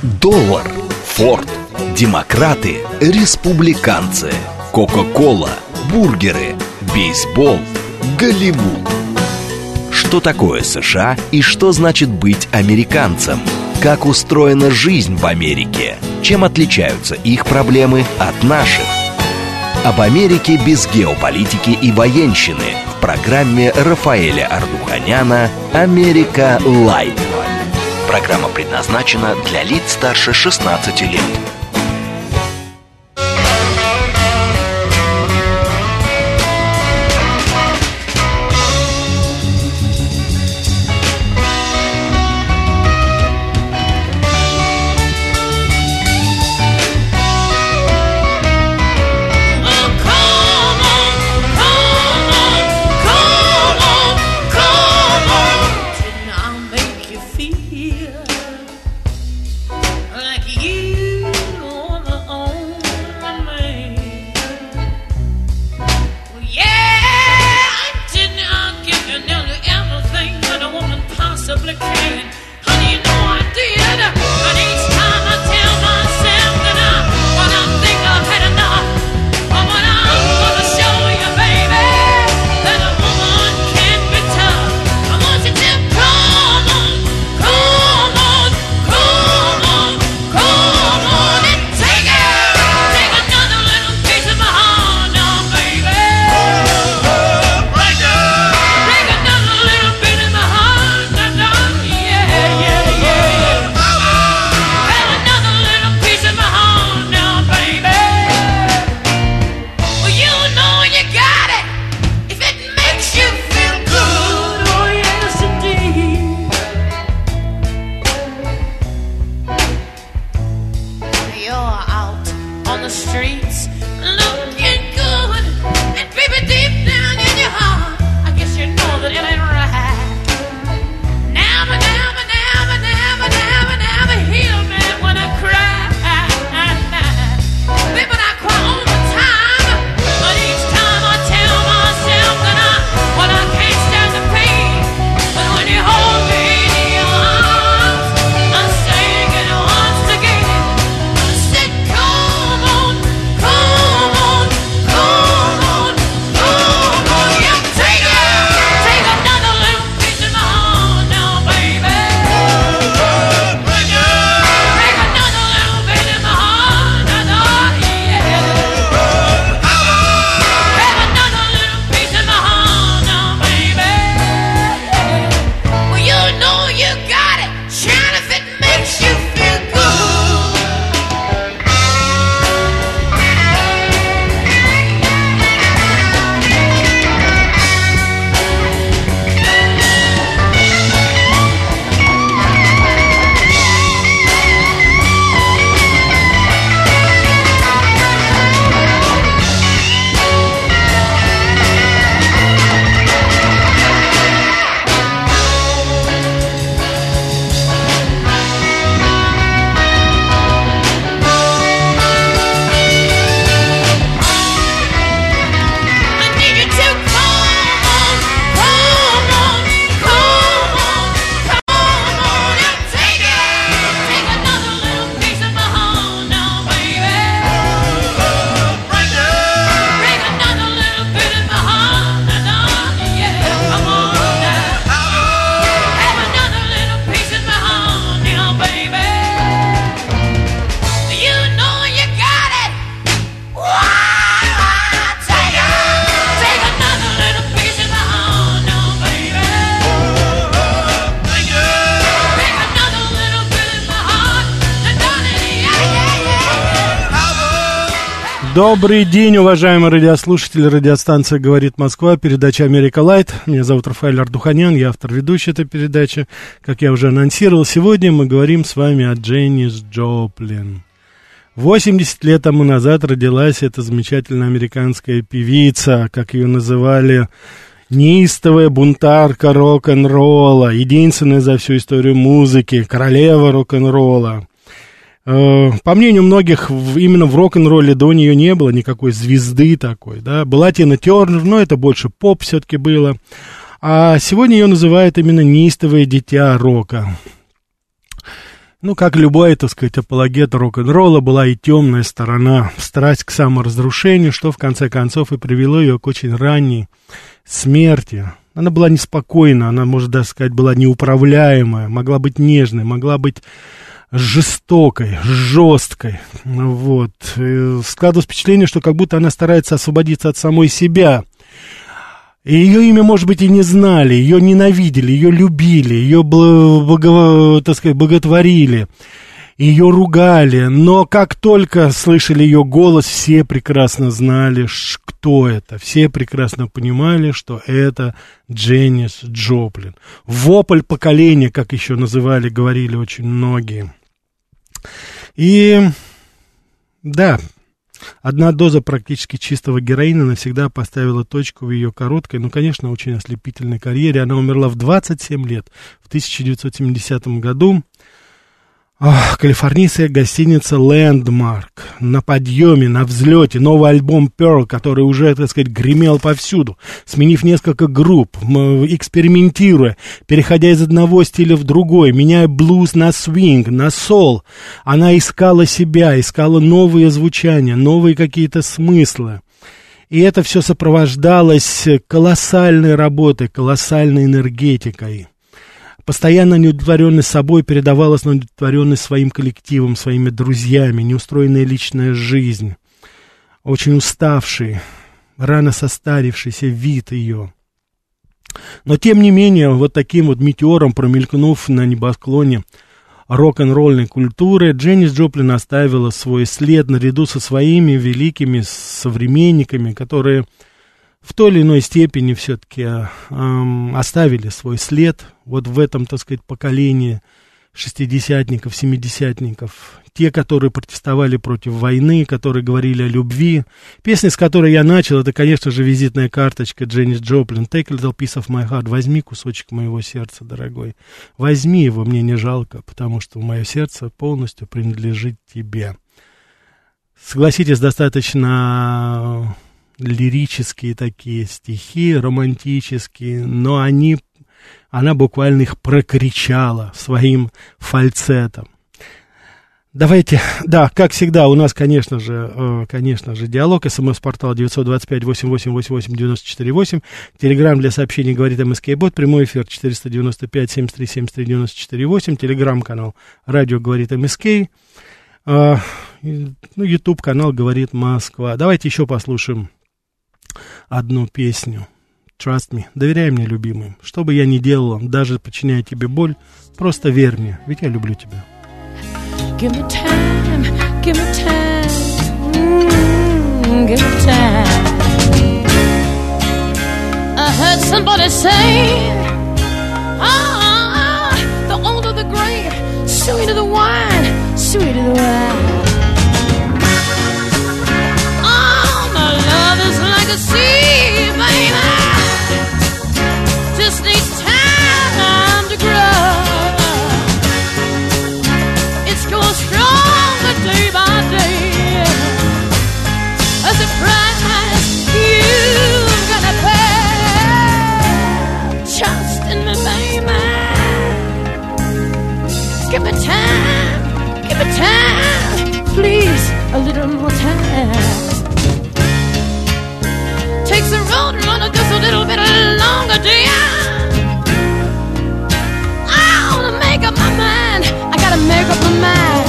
Доллар, Форд, демократы, республиканцы, Кока-кола, бургеры, бейсбол, Голливуд. Что такое США и что значит быть американцем? Как устроена жизнь в Америке? Чем отличаются их проблемы от наших? Об Америке без геополитики и военщины в программе Рафаэля Ардуханяна «Америка Лайт». Программа предназначена для лиц старше 16 лет. Добрый день, уважаемые радиослушатели. Радиостанция «Говорит Москва», передача «Америка Лайт». Меня зовут Рафаэль Ардуханян, я автор ведущей этой передачи. Как я уже анонсировал, сегодня мы говорим с вами о Дженнис Джоплин. 80 лет тому назад родилась эта замечательная американская певица, как ее называли, неистовая бунтарка рок-н-ролла, единственная за всю историю музыки, королева рок-н-ролла. По мнению многих, именно в рок-н-ролле до нее не было никакой звезды такой, да. Была Тина Тернер, но это больше поп все-таки было. А сегодня ее называют именно неистовое дитя рока. Ну, как любой, так сказать, апологет рок-н-ролла, была и темная сторона, страсть к саморазрушению, что в конце концов и привело ее к очень ранней смерти. Она была неспокойна, она, можно даже сказать, была неуправляемая, могла быть нежной, могла быть жестокой, жесткой. Вот. Складывалось впечатление, что как будто она старается освободиться от самой себя. И ее имя, может быть, и не знали, ее ненавидели, ее любили, ее, так сказать, боготворили, ее ругали. Но как только слышали ее голос, все прекрасно знали, кто это. Все прекрасно понимали, что это Дженнис Джоплин. Вопль поколения, как еще называли, говорили очень многие. И да, одна доза практически чистого героина навсегда поставила точку в ее короткой, ну, конечно, очень ослепительной карьере. Она умерла в 27 лет, в 1970 году. Калифорнийская гостиница Landmark. На подъеме, на взлете. Новый альбом Pearl, который уже, так сказать, гремел повсюду. Сменив несколько групп, экспериментируя, переходя из одного стиля в другой, меняя блюз на свинг, на сол. Она искала себя, искала новые звучания, новые какие-то смыслы. И это все сопровождалось колоссальной работой, колоссальной энергетикой. Постоянно неудовлетворенность собой передавалась на удовлетворенность своим коллективом, своими друзьями, неустроенная личная жизнь, очень уставший, рано состарившийся вид ее. Но, тем не менее, вот таким вот метеором, промелькнув на небосклоне рок-н-ролльной культуры, Дженнис Джоплин оставила свой след наряду со своими великими современниками, которые в той или иной степени все-таки оставили свой след вот в этом, так сказать, поколении шестидесятников, семидесятников. Те, которые протестовали против войны, которые говорили о любви. Песня, с которой я начал, это, конечно же, визитная карточка Дженнис Джоплин. Take a little piece of my heart. Возьми кусочек моего сердца, дорогой. Возьми его, мне не жалко, потому что мое сердце полностью принадлежит тебе. Согласитесь, достаточно лирические такие стихи, романтические, но она буквально их прокричала своим фальцетом. Давайте, да, как всегда, у нас, конечно же, диалог, СМС-портал 925-8888-94-8, Телеграм для сообщений «Говорит МСК-бот», прямой эфир 495-73-73-94-8, Телеграм-канал «Радио говорит МСК», Ютуб-канал «Говорит Москва». Давайте еще послушаем одну песню. Trust me, доверяй мне, любимый. Что бы я ни делала, даже причиняя тебе боль, просто верь мне, ведь я люблю тебя. Give me time, give me time, give me time. I heard somebody say, the older the grape, sweeter the wine, sweeter the wine. Oh, my love is like a sea, baby, just needs time to grow. It's going stronger day by day. As a price you've gotta pay. Trust in me, baby. Give me time, please, a little more time. Takes a road runner just a little bit longer, dear. I wanna make up my mind. I gotta make up my mind.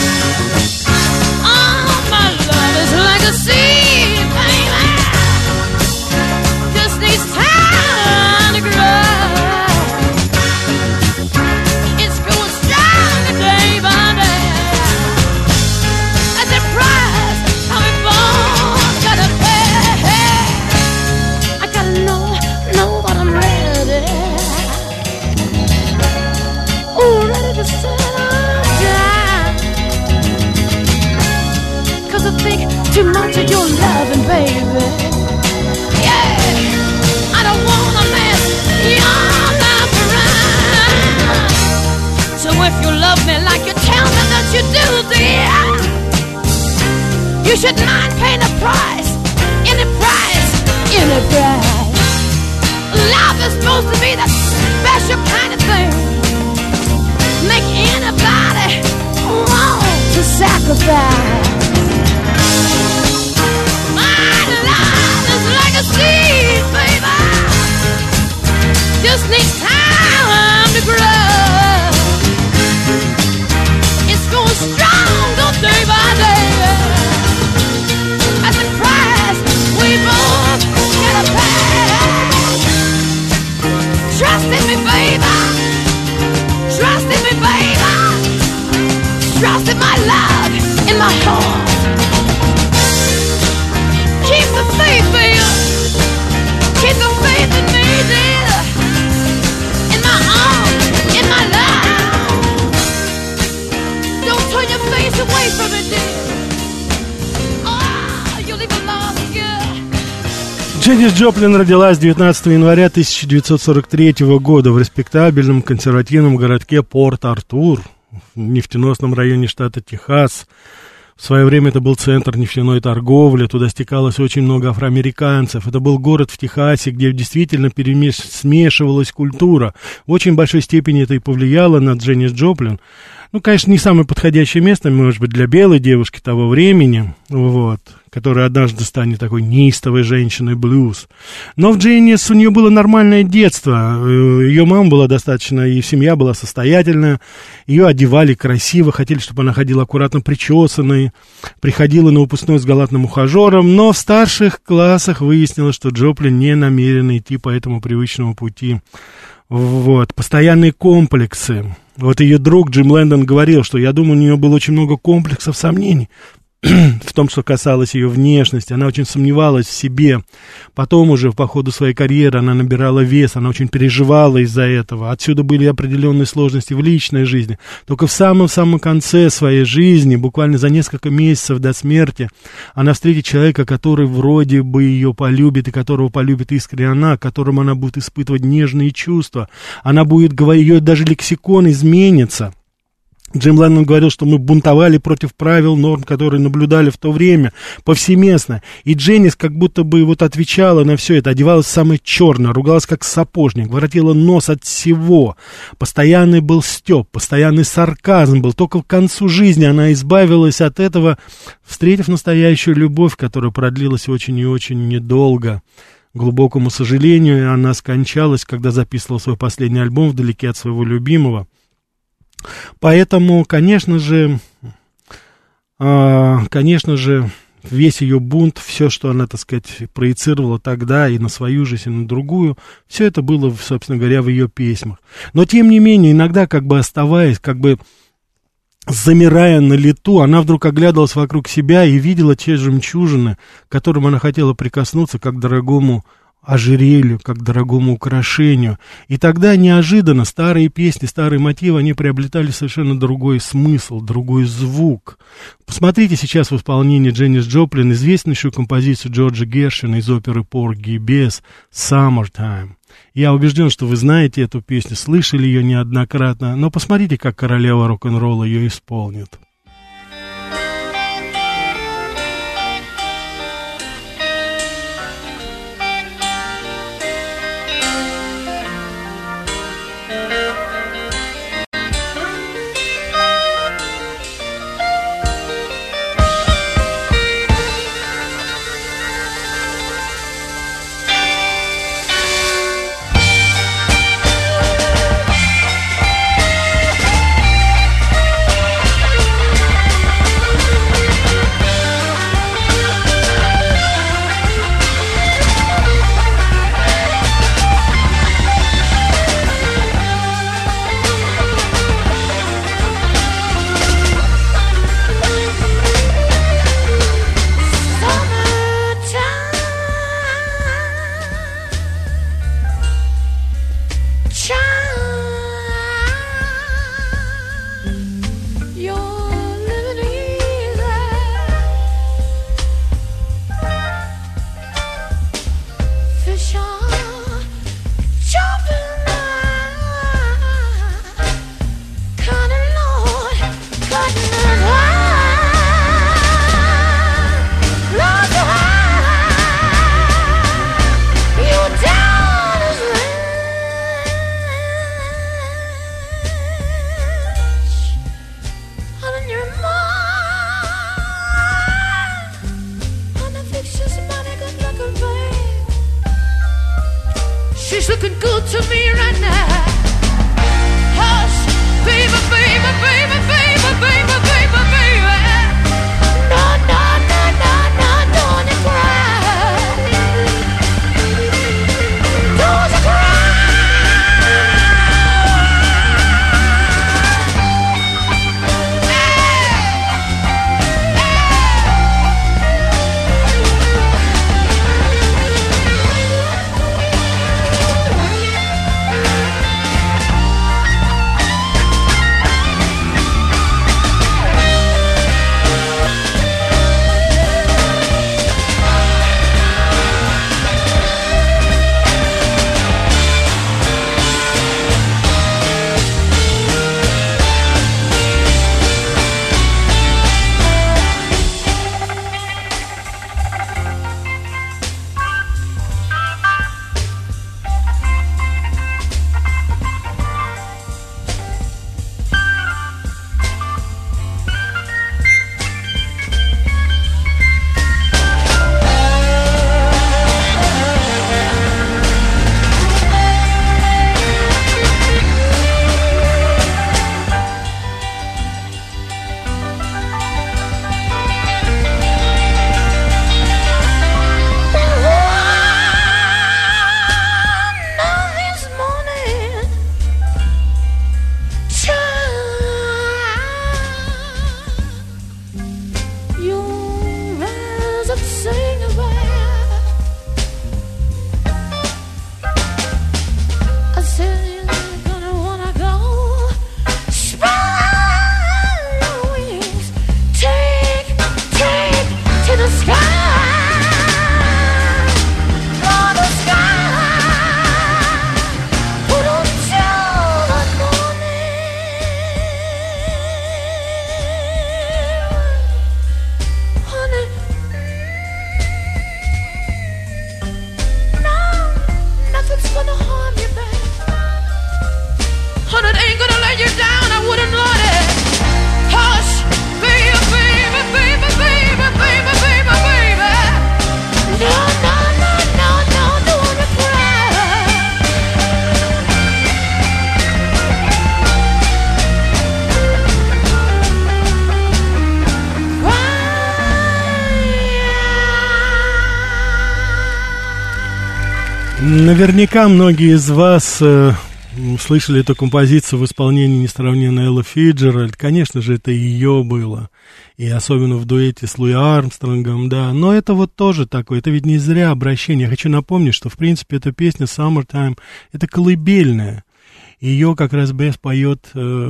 Oh, my love is like a sea, baby. Just needs time to grow. It's going stronger day by day. At the price of it both gotta pay. I gotta know that I'm ready. Ooh, ready to settle down. 'Cause I think too much of your loving, baby. Yeah, I don't wanna mess your life around. So if you love me like you tell me that you do, dear, you should mind paying a price, any price, any price. Love is supposed to be that special kind of thing. Make anybody sacrifice. My love is like a seed, baby. Just needs time to grow. It's going stronger day by day. At the price we both gotta pay. Trust in me, baby. Trust in me, baby. Trust in my love, in my heart. Keep the faith, baby. Keep the faith in me, dear. In my arms, in my love. Don't turn your face away from it, dear. Oh, you'll leave a lost girl. Дженнис Джоплин родилась 19 января 1943 года в респектабельном консервативном городке Порт-Артур в нефтеносном районе штата Техас. В свое время это был центр нефтяной торговли, туда стекалось очень много афроамериканцев. Это был город в Техасе, где действительно смешивалась культура. В очень большой степени это и повлияло на Дженнис Джоплин. Ну, конечно, не самое подходящее место, может быть, для белой девушки того времени, вот, которая однажды станет такой неистовой женщиной блюз. Но в Дженнис у нее было нормальное детство. Ее мама была достаточно, и семья была состоятельная. Ее одевали красиво, хотели, чтобы она ходила аккуратно причесанной, приходила на выпускной с галантным ухажером. Но в старших классах выяснилось, что Джоплин не намерена идти по этому привычному пути. Вот, постоянные комплексы. Вот ее друг Джим Лэндон говорил, что, я думаю, у нее было очень много комплексов, сомнений в том, что касалось ее внешности. Она очень сомневалась в себе. Потом уже по ходу своей карьеры она набирала вес, она очень переживала из-за этого. Отсюда были определенные сложности в личной жизни. Только в самом-самом конце своей жизни, буквально за несколько месяцев до смерти, она встретит человека, который вроде бы ее полюбит, и которого полюбит искренне она, к которому она будет испытывать нежные чувства. Она будет говорить, ее даже лексикон изменится. Джим Лэндон говорил, что мы бунтовали против правил, норм, которые наблюдали в то время повсеместно. И Дженнис как будто бы вот отвечала на все это, одевалась самое черное, ругалась как сапожник, воротила нос от всего. Постоянный был стёб, постоянный сарказм был. Только к концу жизни она избавилась от этого, встретив настоящую любовь, которая продлилась очень и очень недолго. К глубокому сожалению, она скончалась, когда записывала свой последний альбом вдалеке от своего любимого. Поэтому, конечно же, весь ее бунт, все, что она, так сказать, проецировала тогда и на свою жизнь, и на другую, все это было, собственно говоря, в ее письмах. Но, тем не менее, иногда, как бы оставаясь, как бы замирая на лету, она вдруг оглядывалась вокруг себя и видела те жемчужины, к которым она хотела прикоснуться, как к дорогому ожерелью, как к дорогому украшению. И тогда неожиданно старые песни, старые мотивы, они приобретали совершенно другой смысл, другой звук. Посмотрите сейчас в исполнении Дженнис Джоплин известнейшую композицию Джорджа Гершвина из оперы «Порги и бес» «Summertime». Я убежден, что вы знаете эту песню, слышали ее неоднократно, но посмотрите, как королева рок-н-ролла ее исполнит. She's looking good to me right now. Hush, baby, baby, baby, baby, baby, baby, baby. No, no, no, no, no, don't you cry. Don't you cry. Наверняка многие из вас слышали эту композицию в исполнении несравненной Эллы Фиджеральд. Конечно же, это ее было. И особенно в дуэте с Луи Армстронгом, да. Но это вот тоже такое, это ведь не зря обращение. Я хочу напомнить, что, в принципе, эта песня «Summertime» — это колыбельная. Ее как раз Бесс поет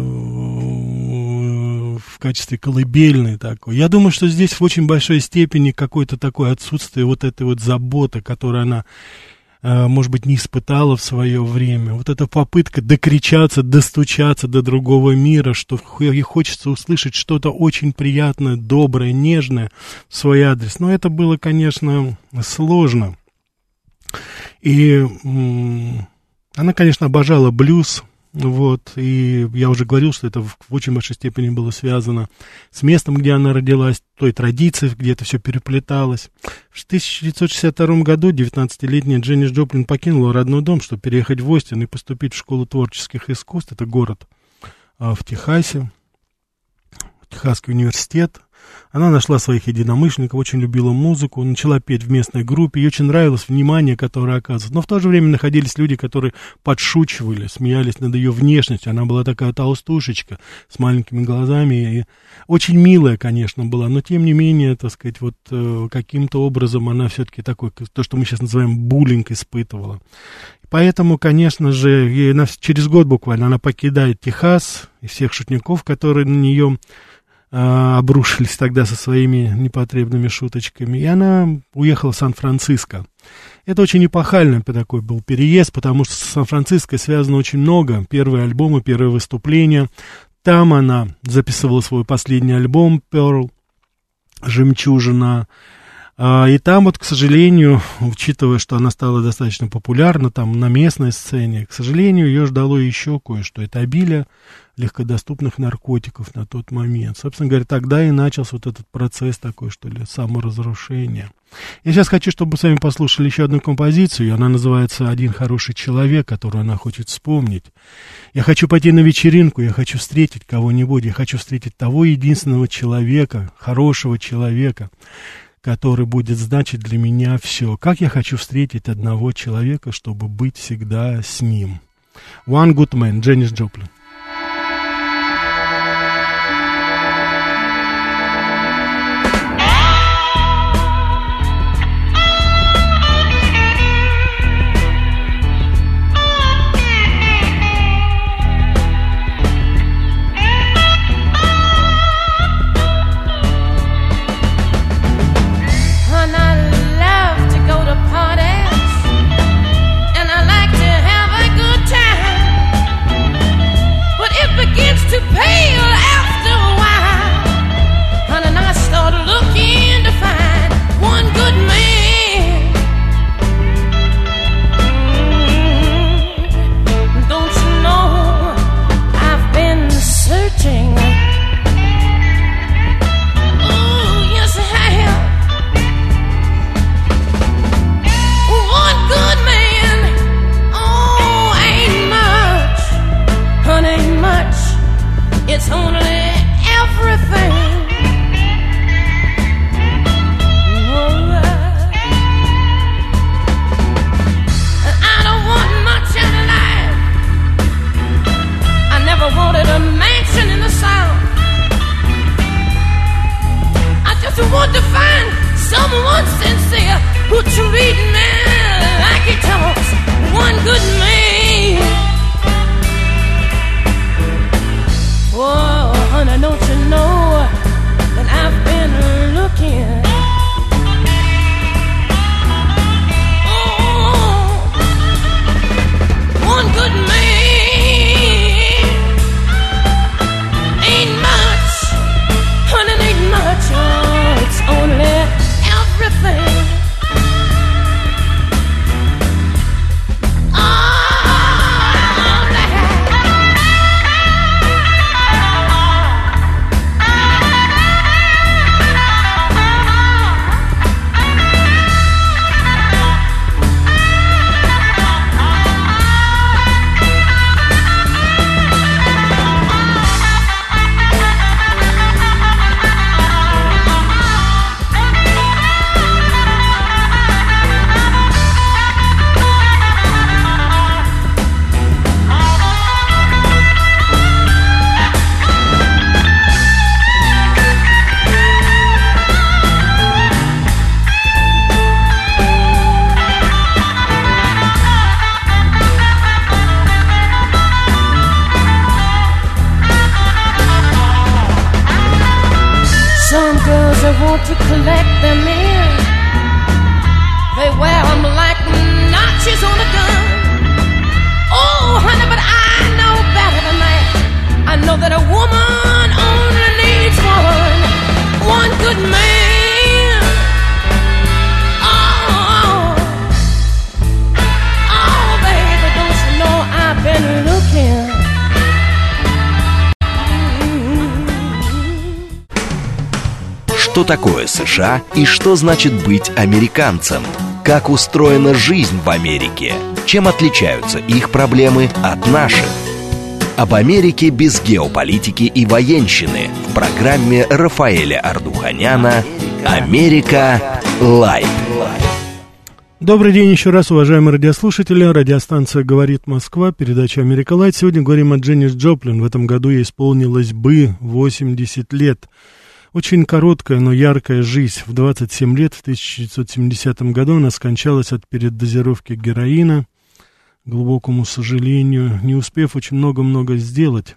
в качестве колыбельной такой. Я думаю, что здесь в очень большой степени какое-то такое отсутствие вот этой вот заботы, которую она, может быть, не испытала в свое время. Вот эта попытка докричаться, достучаться до другого мира, что ей хочется услышать что-то очень приятное, доброе, нежное в свой адрес. Но это было, конечно, сложно. И она, конечно, обожала блюз. Вот, и я уже говорил, что это в очень большой степени было связано с местом, где она родилась, той традицией, где это все переплеталось. В 1962 году 19-летняя Дженнис Джоплин покинула родной дом, чтобы переехать в Остин и поступить в школу творческих искусств. Это город в Техасе, Техасский университет. Она нашла своих единомышленников, очень любила музыку, начала петь в местной группе, ей очень нравилось внимание, которое оказывалось. Но в то же время находились люди, которые подшучивали, смеялись над ее внешностью. Она была такая толстушечка с маленькими глазами, и очень милая, конечно, была, но тем не менее, так сказать, вот каким-то образом она все-таки такой, то, что мы сейчас называем буллинг, испытывала. Поэтому, конечно же, через год буквально она покидает Техас, и всех шутников, которые на нее обрушились тогда со своими непотребными шуточками, и она уехала в Сан-Франциско. Это очень эпохальный такой был переезд, потому что с Сан-Франциско связано очень много. Первые альбомы, первые выступления. Там она записывала свой последний альбом «Pearl», «Жемчужина». И там вот, к сожалению, учитывая, что она стала достаточно популярна там на местной сцене, к сожалению, ее ждало еще кое-что. Это обилие легкодоступных наркотиков на тот момент. Собственно говоря, тогда и начался вот этот процесс такой, что ли, саморазрушения. Я сейчас хочу, чтобы мы с вами послушали еще одну композицию, и она называется «Один хороший человек», которую она хочет вспомнить. Я хочу пойти на вечеринку, я хочу встретить кого-нибудь, я хочу встретить того единственного человека, хорошего человека, который будет значить для меня все. Как я хочу встретить одного человека, чтобы быть всегда с ним. One Good Man, Дженнис Джоплин. To collect them in, they wear them like notches on a gun. Oh, honey, but I know better than that. I know that a woman only needs one good man. Oh, baby, don't you know I've been looking. Что такое США и что значит быть американцем? Как устроена жизнь в Америке? Чем отличаются их проблемы от наших? Об Америке без геополитики и военщины в программе Рафаэля Ардуханяна «Америка Лайв». Добрый день еще раз, уважаемые радиослушатели. Радиостанция «Говорит Москва», передача «Америка Лайт». Сегодня говорим о Дженнис Джоплин. В этом году ей исполнилось бы 80 лет. Очень короткая, но яркая жизнь. В 27 лет, в 1970 году, она скончалась от передозировки героина, к глубокому сожалению, не успев очень много-много сделать.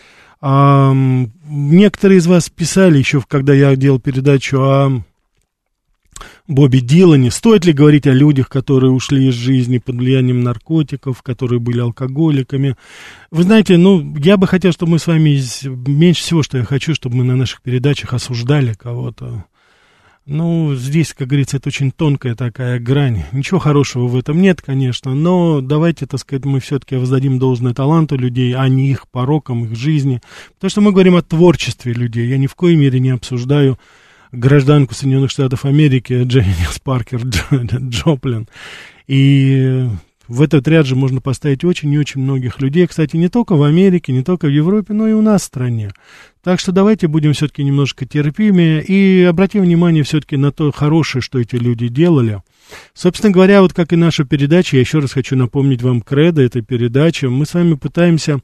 Некоторые из вас писали еще, когда я делал передачу о Бобби Дилане. Стоит ли говорить о людях, которые ушли из жизни под влиянием наркотиков, которые были алкоголиками? Вы знаете, я бы хотел, чтобы мы с вами, меньше всего, что я хочу, чтобы мы на наших передачах осуждали кого-то. Ну, здесь, как говорится, это очень тонкая такая грань. Ничего хорошего в этом нет, конечно, но давайте, так сказать, мы все-таки воздадим должное таланту людей, а не их порокам, их жизни. Потому что мы говорим о творчестве людей. Я ни в коей мере не обсуждаю гражданку Соединенных Штатов Америки Дженнис Паркер Джоплин. И в этот ряд же можно поставить очень и очень многих людей. Кстати, не только в Америке, не только в Европе, но и у нас в стране. Так что давайте будем все-таки немножко терпимее и обратим внимание все-таки на то хорошее, что эти люди делали. Собственно говоря, вот как и наша передача, я еще раз хочу напомнить вам кредо этой передачи. Мы с вами пытаемся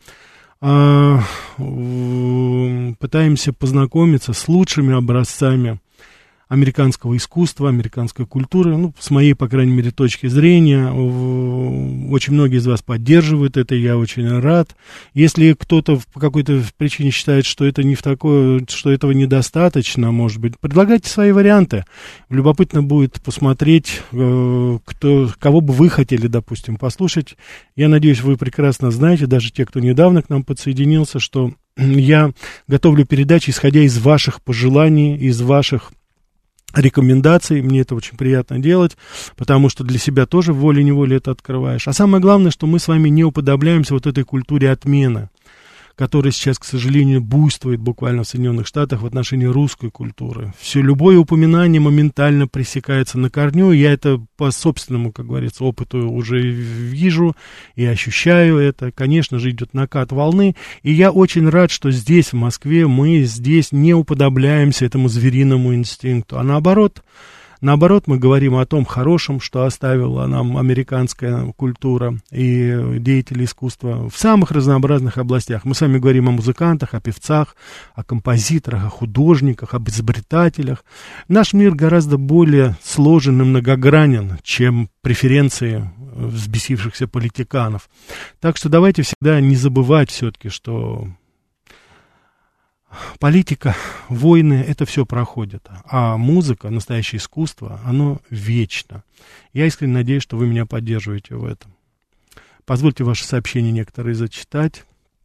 познакомиться с лучшими образцами американского искусства, американской культуры, ну, с моей, по крайней мере, точки зрения. Очень многие из вас поддерживают это, я очень рад. Если кто-то по какой-то причине считает, что это не в такое, что этого недостаточно, может быть, предлагайте свои варианты. Любопытно будет посмотреть, кого бы вы хотели, допустим, послушать. Я надеюсь, вы прекрасно знаете, даже те, кто недавно к нам подсоединился, что я готовлю передачи, исходя из ваших пожеланий, из ваших рекомендаций. Мне это очень приятно делать, потому что для себя тоже волей-неволей это открываешь. А самое главное, что мы с вами не уподобляемся вот этой культуре отмены, которая сейчас, к сожалению, буйствует буквально в Соединенных Штатах в отношении русской культуры. Все, любое упоминание моментально пресекается на корню. Я это по собственному, как говорится, опыту уже вижу и ощущаю это. Конечно же, идет накат волны. И я очень рад, что здесь, в Москве, мы здесь не уподобляемся этому звериному инстинкту, а наоборот, мы говорим о том хорошем, что оставила нам американская культура и деятели искусства в самых разнообразных областях. Мы с вами говорим о музыкантах, о певцах, о композиторах, о художниках, об изобретателях. Наш мир гораздо более сложен и многогранен, чем преференции взбесившихся политиканов. Так что давайте всегда не забывать все-таки, что политика, войны, это все проходит, а музыка, настоящее искусство, оно вечно. Я искренне надеюсь, что вы меня поддерживаете в этом. Позвольте ваши сообщения некоторые зачитать.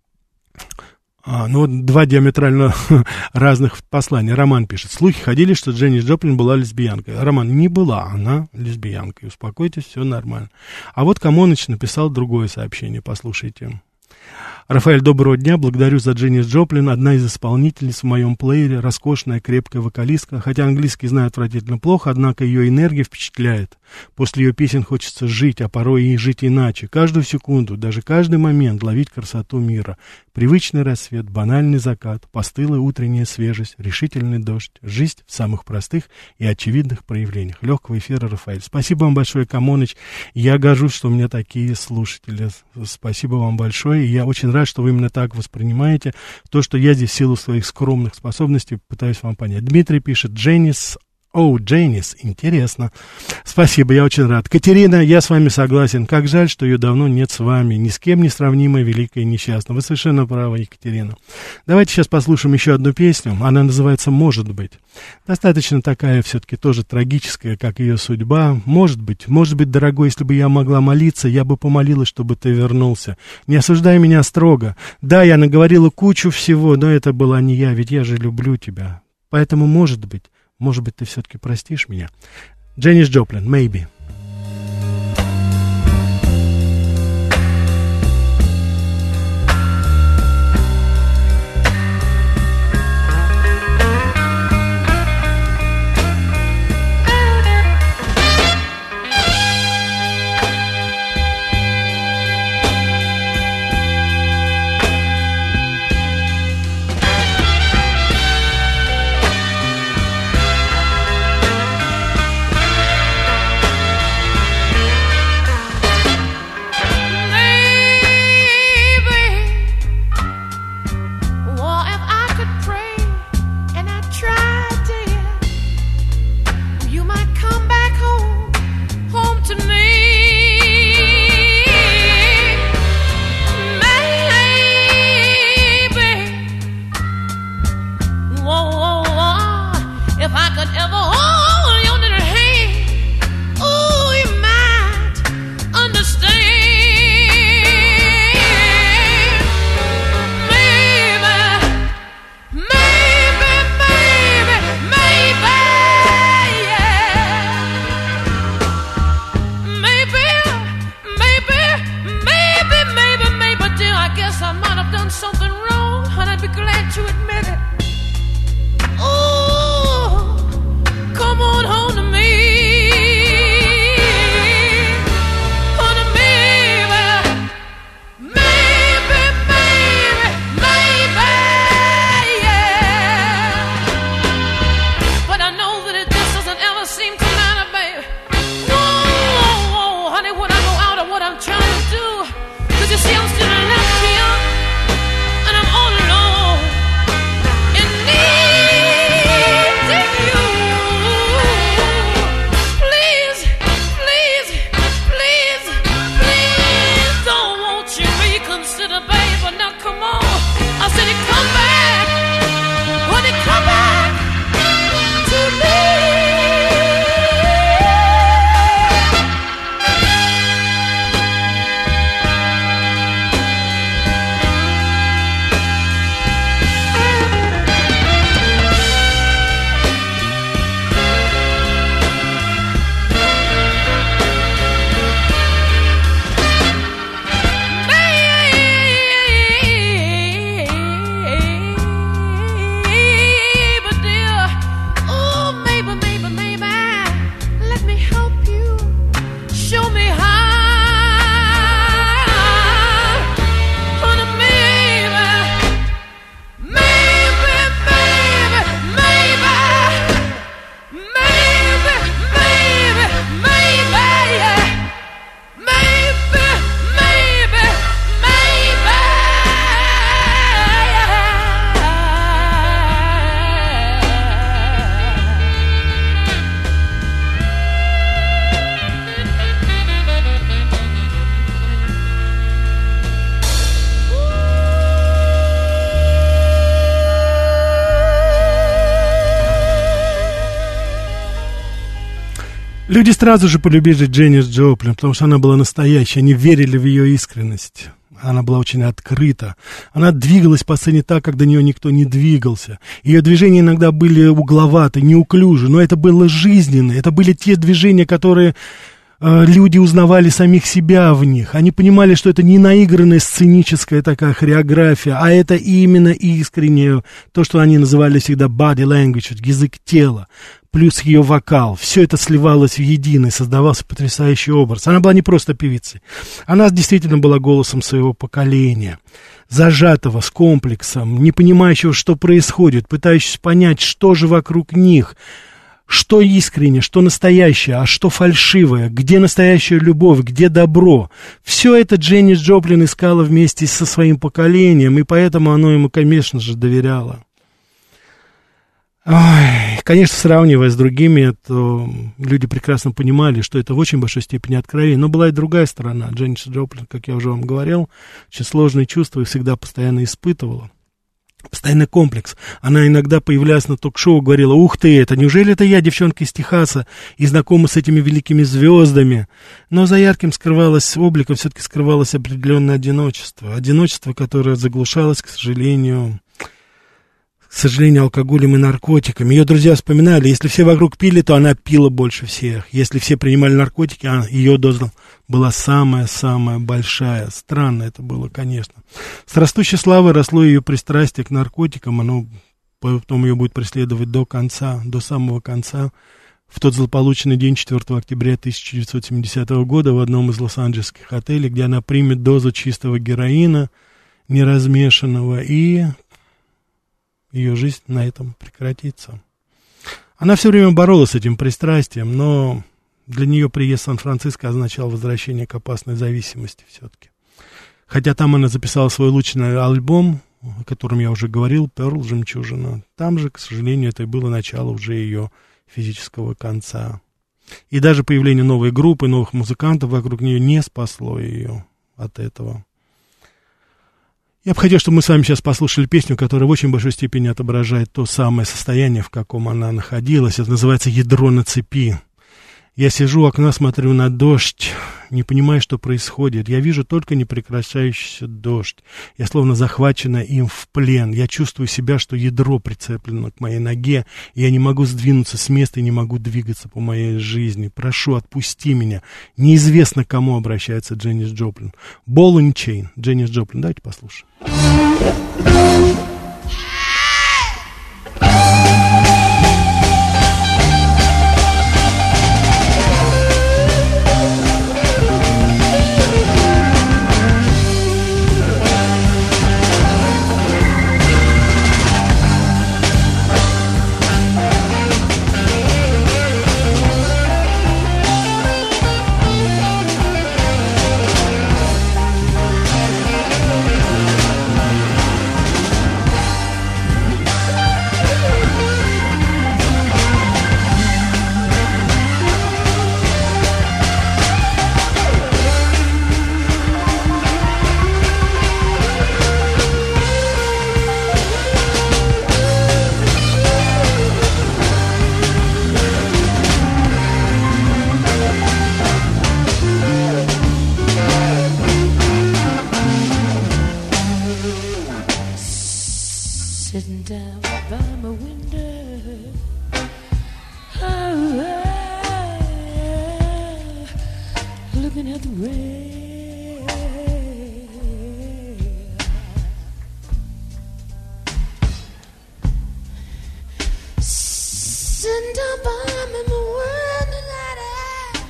Два диаметрально разных послания. Роман пишет: слухи ходили, что Дженнис Джоплин была лесбиянкой. Роман, не была она лесбиянкой, успокойтесь, все нормально. А вот Камоныч написал другое сообщение, послушайте. Рафаэль, доброго дня, благодарю за Дженнис Джоплин, одна из исполнительниц в моем плеере, роскошная, крепкая вокалистка, хотя английский знаю отвратительно плохо, однако ее энергия впечатляет. После ее песен хочется жить, а порой и жить иначе, каждую секунду, даже каждый момент ловить красоту мира. Привычный рассвет, банальный закат, постылая утренняя свежесть, решительный дождь, жизнь в самых простых и очевидных проявлениях. Легкого эфира, Рафаэль. Спасибо вам большое, Камоныч, я горжусь, что у меня такие слушатели. Спасибо вам большое, и я очень рад, что вы именно так воспринимаете то, что я здесь в силу своих скромных способностей пытаюсь вам понять. Дмитрий пишет: Дженнис, Дженнис, интересно. Спасибо, я очень рад. Катерина, я с вами согласен. Как жаль, что ее давно нет с вами. Ни с кем не сравнимая, великая и несчастная. Вы совершенно правы, Екатерина. Давайте сейчас послушаем еще одну песню. Она называется «Может быть». Достаточно такая все-таки тоже трагическая, как ее судьба. Может быть, дорогой, если бы я могла молиться, я бы помолилась, чтобы ты вернулся. Не осуждай меня строго. Да, я наговорила кучу всего, но это была не я, ведь я же люблю тебя. Поэтому, может быть, ты все-таки простишь меня. Дженнис Джоплин, «Maybe». Люди сразу же полюбили Дженнис Джоплин, потому что она была настоящей, они верили в ее искренность. Она была очень открыта. Она двигалась по сцене так, как до нее никто не двигался. Ее движения иногда были угловаты, неуклюжи, но это было жизненно. Это были те движения, которые люди узнавали самих себя в них. Они понимали, что это не наигранная сценическая такая хореография, а это именно искреннее, то, что они называли всегда body language, язык тела, плюс ее вокал. Все это сливалось в единый, создавался потрясающий образ. Она была не просто певицей. Она действительно была голосом своего поколения, зажатого, с комплексом, не понимающего, что происходит, пытающегося понять, что же вокруг них, что искренне, что настоящее, а что фальшивое, где настоящая любовь, где добро. Все это Дженнис Джоплин искала вместе со своим поколением, и поэтому оно ему, конечно же, доверяло. Ой, конечно, сравнивая с другими, то люди прекрасно понимали, что это в очень большой степени откровение. Но была и другая сторона. Дженнис Джоплин, как я уже вам говорил, очень сложные чувства и всегда постоянно испытывала. Постоянный комплекс. Она иногда, появляясь на ток-шоу, говорила: ух ты, неужели это я, девчонка из Техаса, и знакома с этими великими звездами? Но за ярким обликом все-таки скрывалось определенное одиночество. Одиночество, которое заглушалось, к сожалению, алкоголем и наркотиками. Ее друзья вспоминали, если все вокруг пили, то она пила больше всех. Если все принимали наркотики, ее доза была самая-самая большая. Странно это было, конечно. С растущей славой росло ее пристрастие к наркотикам. Оно потом ее будет преследовать до конца, до самого конца. В тот злополучный день, 4 октября 1970 года, в одном из лос-анджелесских отелей, где она примет дозу чистого героина, неразмешанного, и ее жизнь на этом прекратится. Она все время боролась с этим пристрастием, но для нее приезд в Сан-Франциско означал возвращение к опасной зависимости все-таки. Хотя там она записала свой лучший альбом, о котором я уже говорил, «Перл», «Жемчужина». Там же, к сожалению, это и было начало уже ее физического конца. И даже появление новой группы, новых музыкантов вокруг нее не спасло ее от этого. Я бы хотел, чтобы мы с вами сейчас послушали песню, которая в очень большой степени отображает то самое состояние, в каком она находилась. Это называется «Ядро на цепи». Я сижу у окна, смотрю на дождь, не понимаю, что происходит. Я вижу только непрекращающийся дождь. Я словно захвачена им в плен. Я чувствую себя, что ядро прицеплено к моей ноге. И я не могу сдвинуться с места и не могу двигаться по моей жизни. Прошу, отпусти меня. Неизвестно, к кому обращается Дженнис Джоплин. Ball and Chain. Дженнис Джоплин. Давайте послушаем. Sitting down by my window, looking at the rain. Sitting down by my window,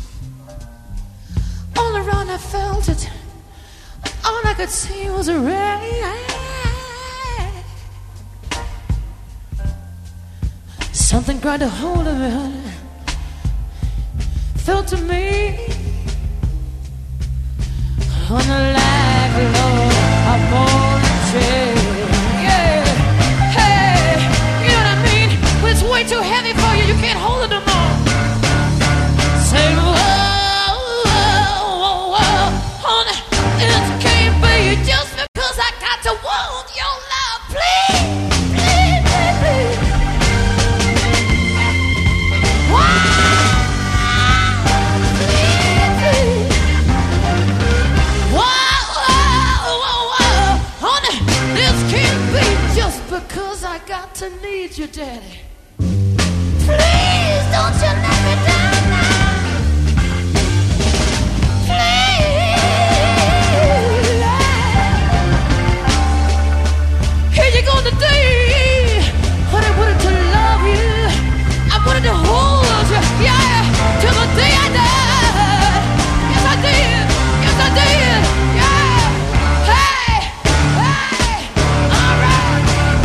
all around I felt it. All I could see was a rain. Something grabbed a hold of me, felt to me on a life long I'm on a trail. Yeah, hey, you know what I mean? When it's way too heavy for you, you can't hold it no more. Say, whoa, whoa, whoa, honey, it can't be just because I got to want your love, please. Please, please, please. need you, Daddy. Please don't you let me down now. Please. Here you go today. Honey, I wanted to love you. I wanted to hold you, yeah, till the day I died. Yes, I did. Yes, I did. Yeah. Hey, hey, all right.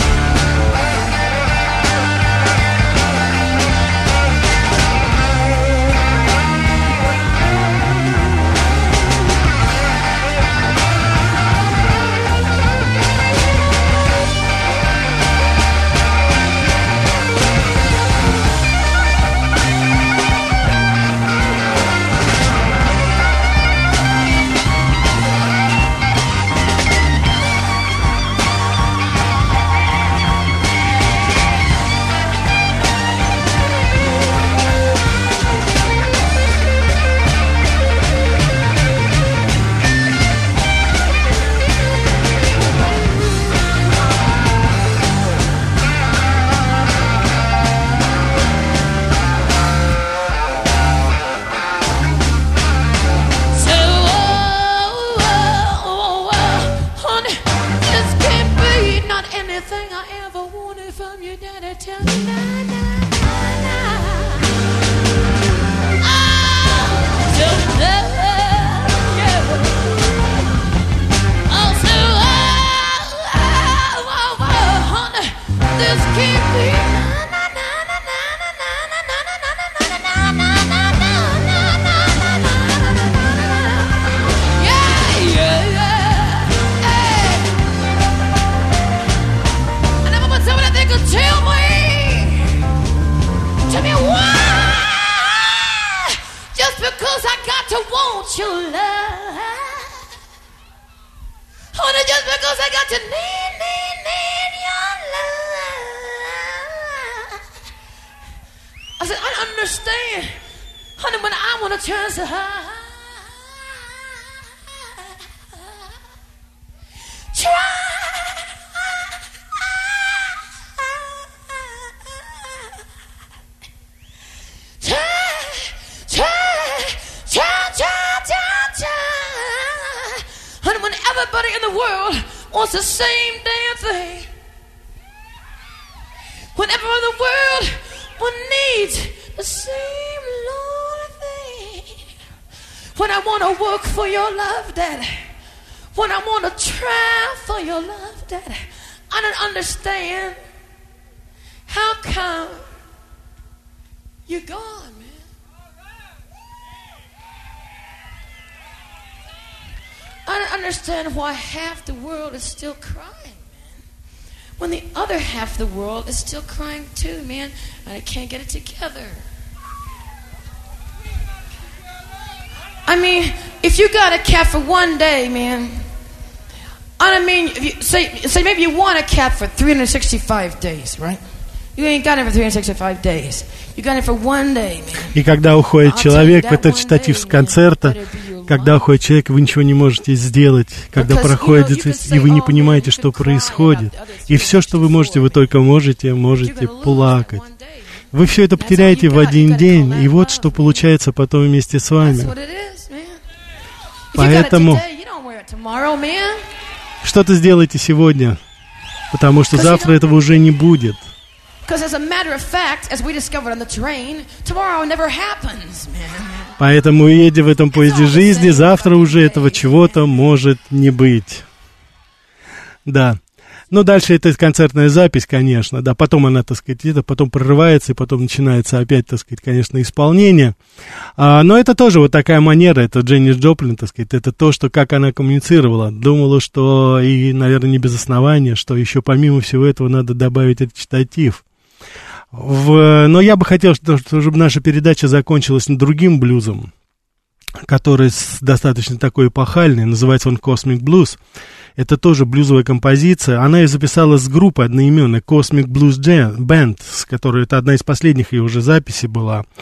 When I want to try for your love, Daddy, I don't understand how come you're gone, man. I don't understand why half the world is still crying, man, when the other half of the world is still crying too, man, and I can't get it together. I mean, if you got a cat for one day, man, I mean, if you, say maybe you want a cat for 365 days, right? You ain't got it for 365 days. You got it for one day, man. И когда уходит человек, это штатив с концерта, когда уходит человек, вы ничего не можете сделать, когда проходит, и вы не понимаете, что происходит. И все, что вы можете, вы только можете плакать. Вы все это потеряете в один день, и вот что получается потом вместе с вами. Поэтому что-то сделайте сегодня, потому что завтра этого уже не будет. Поэтому, едя в этом поезде жизни, завтра уже этого чего-то может не быть. Да. Ну, дальше это концертная запись, конечно, да, потом она, так сказать, где-то потом прорывается, и потом начинается опять, так сказать, конечно, исполнение. Но это тоже вот такая манера, это Дженнис Джоплин, так сказать, это то, что, как она коммуницировала. Думала, что, и, наверное, не без основания, что еще помимо всего этого надо добавить речитатив. Но я бы хотел, чтобы наша передача закончилась другим блюзом, который достаточно такой эпохальный, называется он «Cosmic Blues». Это тоже блюзовая композиция. Она ее записала с группой одноименной Cosmic Blues Band, с которой это одна из последних ее уже записей была.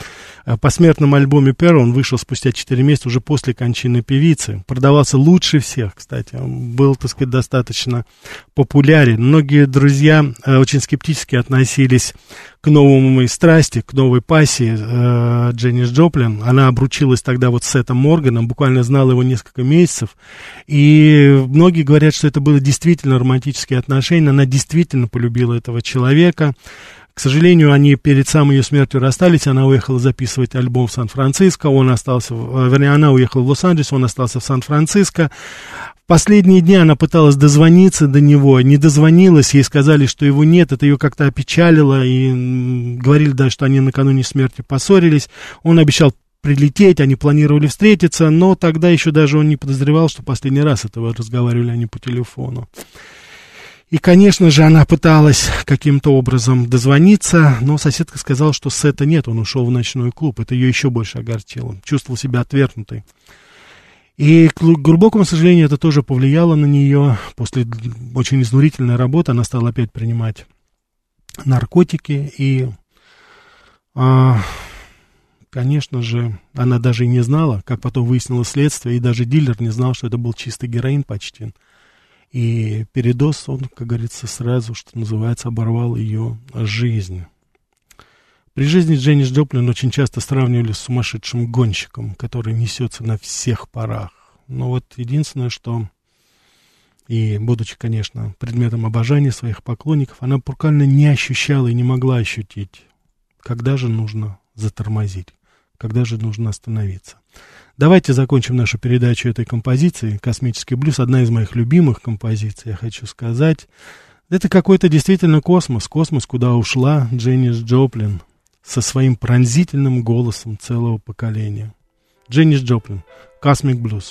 посмертном альбоме Pearl, он вышел спустя 4 месяца, уже после кончины певицы. Продавался лучше всех, кстати. Он был, так сказать, достаточно популярен. Многие друзья очень скептически относились к новой страсти, к новой пассии Дженнис Джоплин. Она обручилась тогда вот с Сетом Морганом, буквально знала его несколько месяцев. И многие говорят, что это было действительно романтические отношения. Она действительно полюбила этого человека. К сожалению, они перед самой ее смертью расстались, она уехала записывать альбом в Сан-Франциско, он остался, она уехала в Лос-Анджелес, он остался в Сан-Франциско. В последние дни она пыталась дозвониться до него, не дозвонилась, ей сказали, что его нет, это ее как-то опечалило, и говорили даже, что они накануне смерти поссорились. Он обещал прилететь, они планировали встретиться, но тогда еще даже он не подозревал, что последний раз этого разговаривали они по телефону. И, конечно же, она пыталась каким-то образом дозвониться, но соседка сказала, что Сета нет, он ушел в ночной клуб. Это ее еще больше огорчило. Чувствовал себя отвергнутой. И, к глубокому сожалению, это тоже повлияло на нее. После очень изнурительной работы она стала опять принимать наркотики. И, конечно же, она даже и не знала, как потом выяснилось следствие, и даже дилер не знал, что это был чистый героин почти. И передоз, он, как говорится, сразу, что называется, оборвал ее жизнь. При жизни Дженнис Джоплин очень часто сравнивали с сумасшедшим гонщиком, который несется на всех парах. Но вот единственное, что, и будучи, конечно, предметом обожания своих поклонников, она буквально не ощущала и не могла ощутить, когда же нужно затормозить, когда же нужно остановиться. Давайте закончим нашу передачу этой композицией «Космический блюз». Одна из моих любимых композиций, я хочу сказать. Это какой-то действительно космос. Космос, куда ушла Дженнис Джоплин со своим пронзительным голосом целого поколения. Дженнис Джоплин, «Cosmic Blues».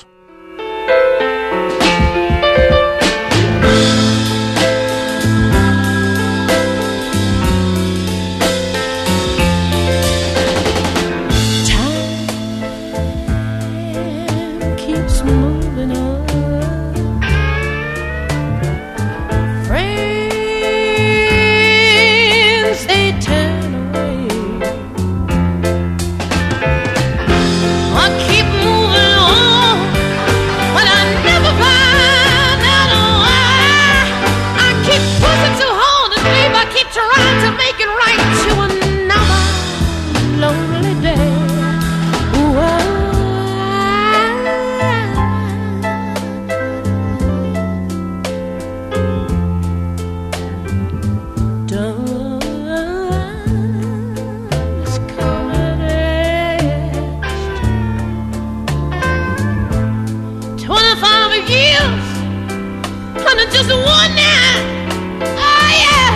Just one night, oh yeah.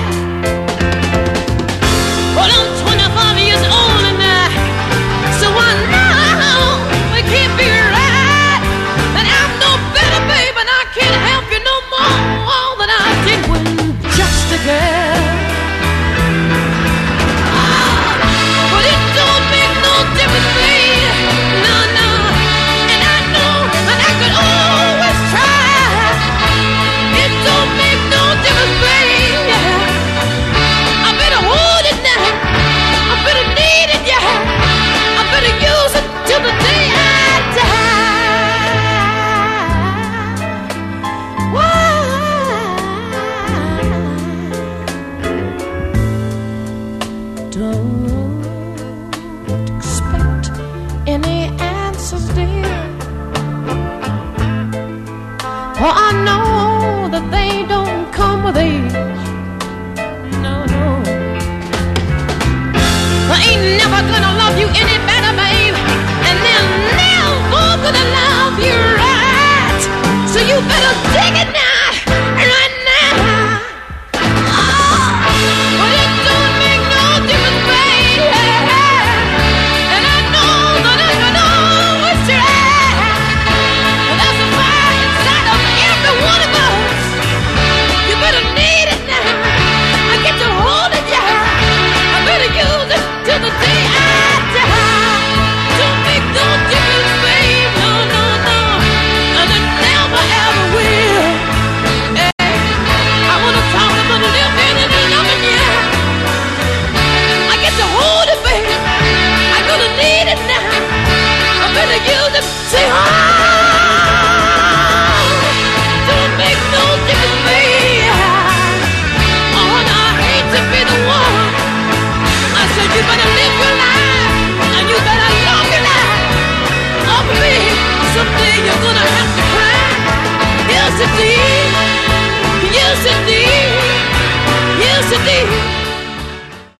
Well, I'm 25 years old and so I know it can't be right. And I'm no better, babe, and I can't help you no more than I did when just a girl. But it don't make no difference, babe, no, no. And I know that I could always try. Don't make no difference, baby. I better hold it now. I better need it, yeah. I better use it till the day I die. Why? Don't expect any answers, dear. For I know that they don't come with age. No, no. I ain't never gonna love you any better.